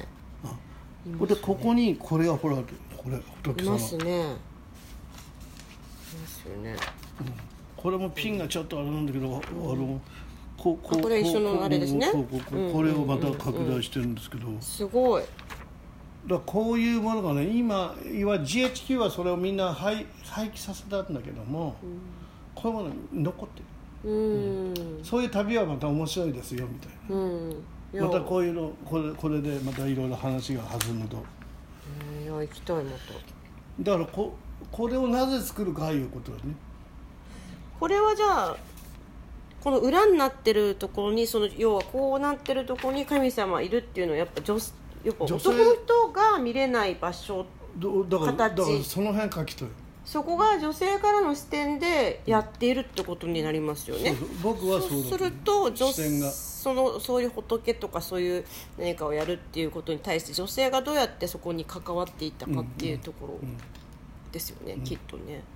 でここにこれがほらこれ仏様い
ますね、いますよね、
これもピンがちょっとあれなんだけど、
これ一緒のあれですね。
これをまた拡大してるんですけど、
すごい。
だこういうものがね、今いわゆる GHQ はそれをみんな廃棄させたんだけども、こういうものが残ってる、そういう旅はまた面白いですよみたいな、またこういうのこれでまたいろいろ話が弾むと、
いや行きたいなと。
だからこれをなぜ作るかいうことだね。
これはじゃあこの裏になってるところに、その要はこうなってるところに神様いるっていうのはやっぱ男の人が見れない場所、
だからその辺書きとる。
そこが女性からの視点でやっているってことになりますよね。
僕はそう
するとそういう仏とかそういう何かをやるっていうことに対して女性がどうやってそこに関わっていったかっていうところですよね、きっとね。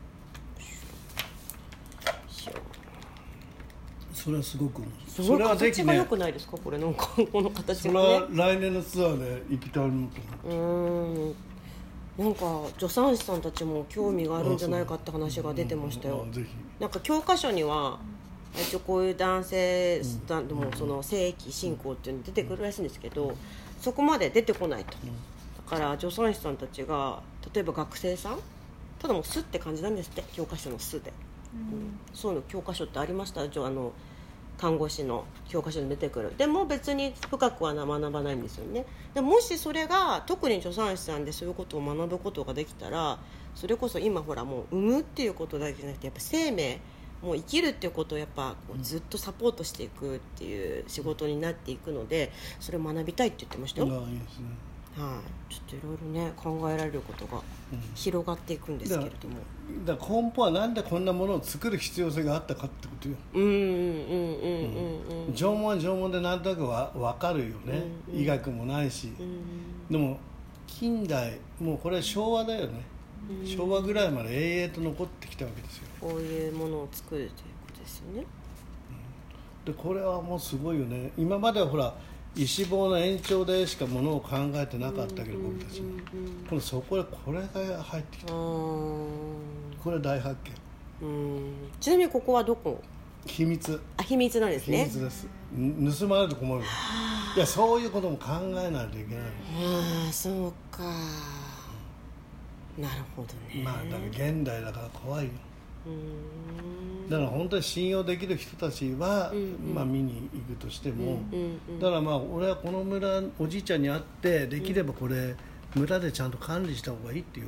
それはすごく
それは形が良くないですか、これなんかこの形がね。
それは来年のツアーで行きたいのと思って。
なんか助産師さんたちも興味があるんじゃないかって話が出てましたよ。なんか教科書には一応こういう男性でもその性器進行っていうの出てくるらしいんですけど、そこまで出てこないと。だから助産師さんたちが例えば学生さんただもうスって感じなんですって、教科書のスで、そういうの教科書ってありました？看護師の教科書に出てくる。でも別に深くは学ばないんですよね。でもしそれが特に助産師さんでそういうことを学ぶことができたら、それこそ今ほらもう産むっていうことだけじゃなくて、やっぱ生命もう生きるっていうことをやっぱこうずっとサポートしていくっていう仕事になっていくので、それを学びたいって言ってましたよ。
いいですね。
ちょっといろいろね考えられることが広がっていくんですけれども、
だから根本はなんでこんなものを作る必要性があったかってことよ。縄文は縄文でなんとなく分かるよね、医学もないし、でも近代もうこれ昭和だよね、昭和ぐらいまで永遠と残ってきたわけですよ。
こういうものを作るということですよね。
でこれはもうすごいよね。今まではほら石棒の延長でしかものを考えてなかったけど、僕たちこのそこでこれが入ってきた。これ大発
見。ちなみにここはどこ？
秘密。
秘密なんですね。
秘密です。盗まれると困る。いやそういうことも考えないといけない。
そうか、なるほどね。
だから現代だから怖いよ。だから本当に信用できる人たちは、見に行くとしても、だから俺はこの村おじいちゃんに会ってできればこれ、村でちゃんと管理した方がいいっていう、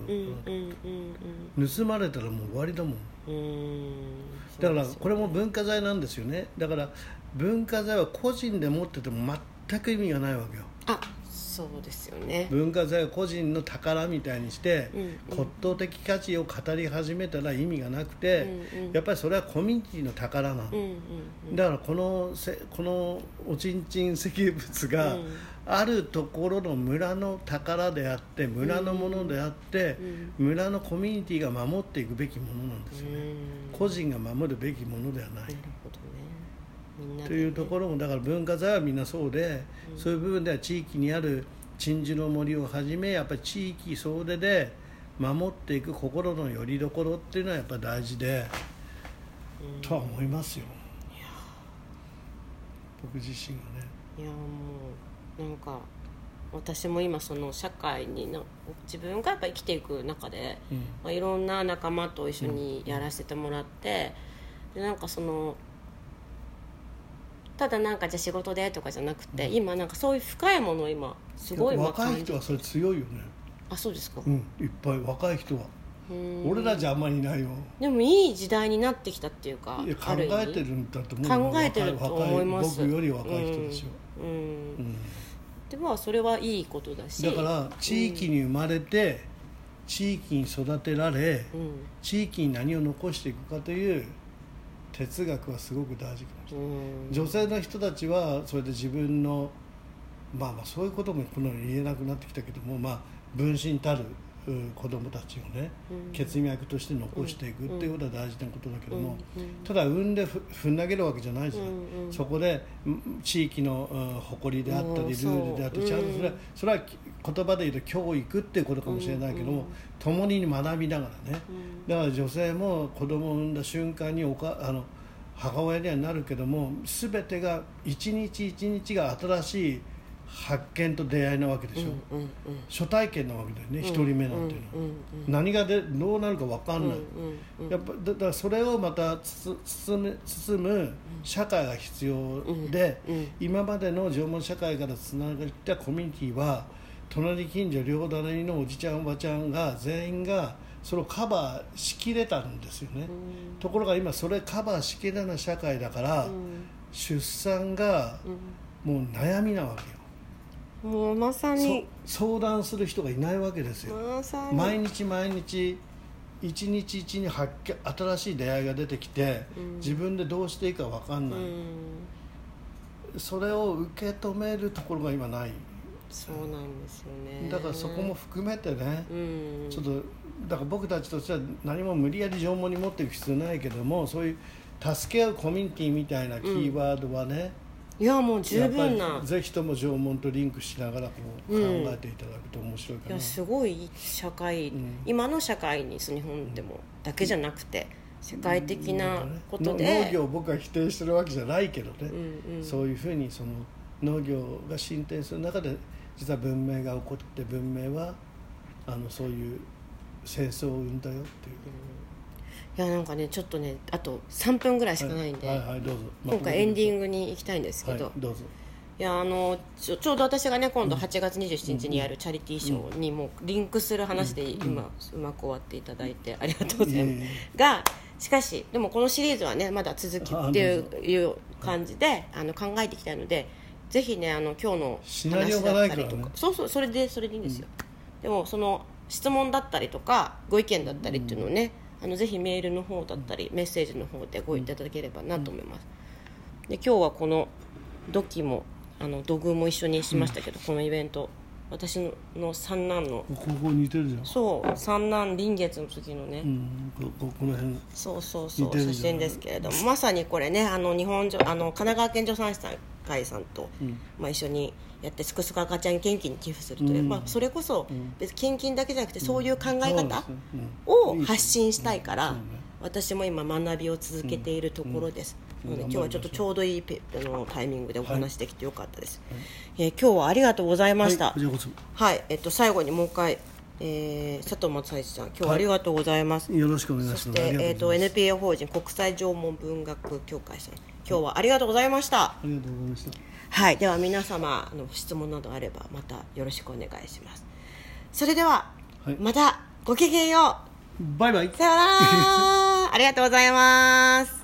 盗まれたらもう終わりだもん。だからこれも文化財なんですよね。だから文化財は個人で持ってても全く意味がないわけよ。
そうですよね。
文化財を個人の宝みたいにして、骨董的価値を語り始めたら意味がなくて、やっぱりそれはコミュニティの宝なの、だからこのおちんちん石仏があるところの村の宝であって村のものであって、村のコミュニティが守っていくべきものなんですよね、個人が守るべきものではない。なるほどね。というところもだから文化財はみんなそうで、そういう部分では地域にある鎮守の森をはじめやっぱり地域総出で守っていく心の拠り所っていうのはやっぱり大事で、とは思いますよ。僕自身がね。
いやもうなんか私も今その社会に自分がやっぱ生きていく中で、いろんな仲間と一緒にやらせてもらって、でなんかそのただなんかじゃあ仕事でとかじゃなくて、今なんかそういう深いものを今すごい
若い人はそれ強いよね。
あ、そうですか。
いっぱい若い人は。俺らじゃあんまりいないよ。
でもいい時代になってきたっていうか、
いや考えてるんだと思う。
考えてると思います。
僕より若い人でしょ。
でもそれはいいことだし、
だから地域に生まれて、地域に育てられ、地域に何を残していくかという哲学はすごく大事かもしれない。女性の人たちはそれで自分のそういうこともこの言えなくなってきたけども、分身たる子供たちをね、血脈として残していくっていうことは大事なことだけども、ただ産んでふん投げるわけじゃないじゃん。そこで地域の誇りであったりルールであったり、ちゃんとそれは言葉で言うと教育っていうことかもしれないけども、共に学びながらね。だから女性も子供を産んだ瞬間に母親にはなるけども、全てが一日一日が新しい発見と出会いなわけでしょ。初体験なわけだよね、一人目なんていうのは。何がどうなるか分かんない。やっぱだからそれをまた包む社会が必要で、今までの縄文社会からつながったコミュニティは、隣近所両隣のおじちゃんおばちゃんが全員がそれをカバーしきれたんですよね。ところが今それカバーしきれない社会だから、出産がもう悩みなわけよ。
もうまさに
相談する人がいないわけですよ。毎日一日一日新しい出会いが出てきて、自分でどうしていいか分かんない、それを受け止めるところが今ない。
そうなんですよね。
だからそこも含めてね、ちょっとだから僕たちとしては何も無理やり縄文に持っていく必要ないけども、そういう助け合うコミュニティみたいなキーワードはね、
いやもう十分な、
ぜひとも縄文とリンクしながら考えていただくと面白いかな。
いやすごい社会、今の社会に日本でもだけじゃなくて、世界的なことで、
農業を僕は否定してるわけじゃないけどね、そういうふうにその農業が進展する中で実は文明が起こって、文明はそういう戦争を生んだよっていう、
いやなんかね、ちょっとねあと3分ぐらいしかないんで、
どうぞ。
今回エンディングに行きたいんですけど、
どうぞ。
いやちょうど私がね今度8月27日にやるチャリティーショーにもリンクする話で今うまく終わっていただいてありがとうございます、がしかしでもこのシリーズはねまだ続きっていう感じで考えていきたいので、ぜひね今日の話だったりとか、そうそれでいいんですよ、でもその質問だったりとかご意見だったりっていうのをね、ぜひメールの方だったりメッセージの方でごいただければなと思います。で今日はこの土器も土偶も一緒にしましたけど、このイベント私の三男の
ここ似てるじゃん。
そう三男臨月の時のね、
この辺
そう写真ですけれども、まさにこれね神奈川県助産師会さんと、一緒にやってすくすく赤ちゃん献金に寄付するという、それこそ別に献金だけじゃなくてそういう考え方を発信したいから、私も今学びを続けているところです、なので今日はちょっとちょうどいいタイミングでお話できてよかったです、今日はありがとうございました。はい、最後にもう一回、佐藤正一さん今日はありがとうございます、
よろしくお願いします。
そして、NPO 法人国際縄文文学協会さん今日はありがとうございました。
ありがとうございました。
はい、では皆様質問などあればまたよろしくお願いします。それでは、またごきげんよう。
バイバイ。
さようなら。ありがとうございます。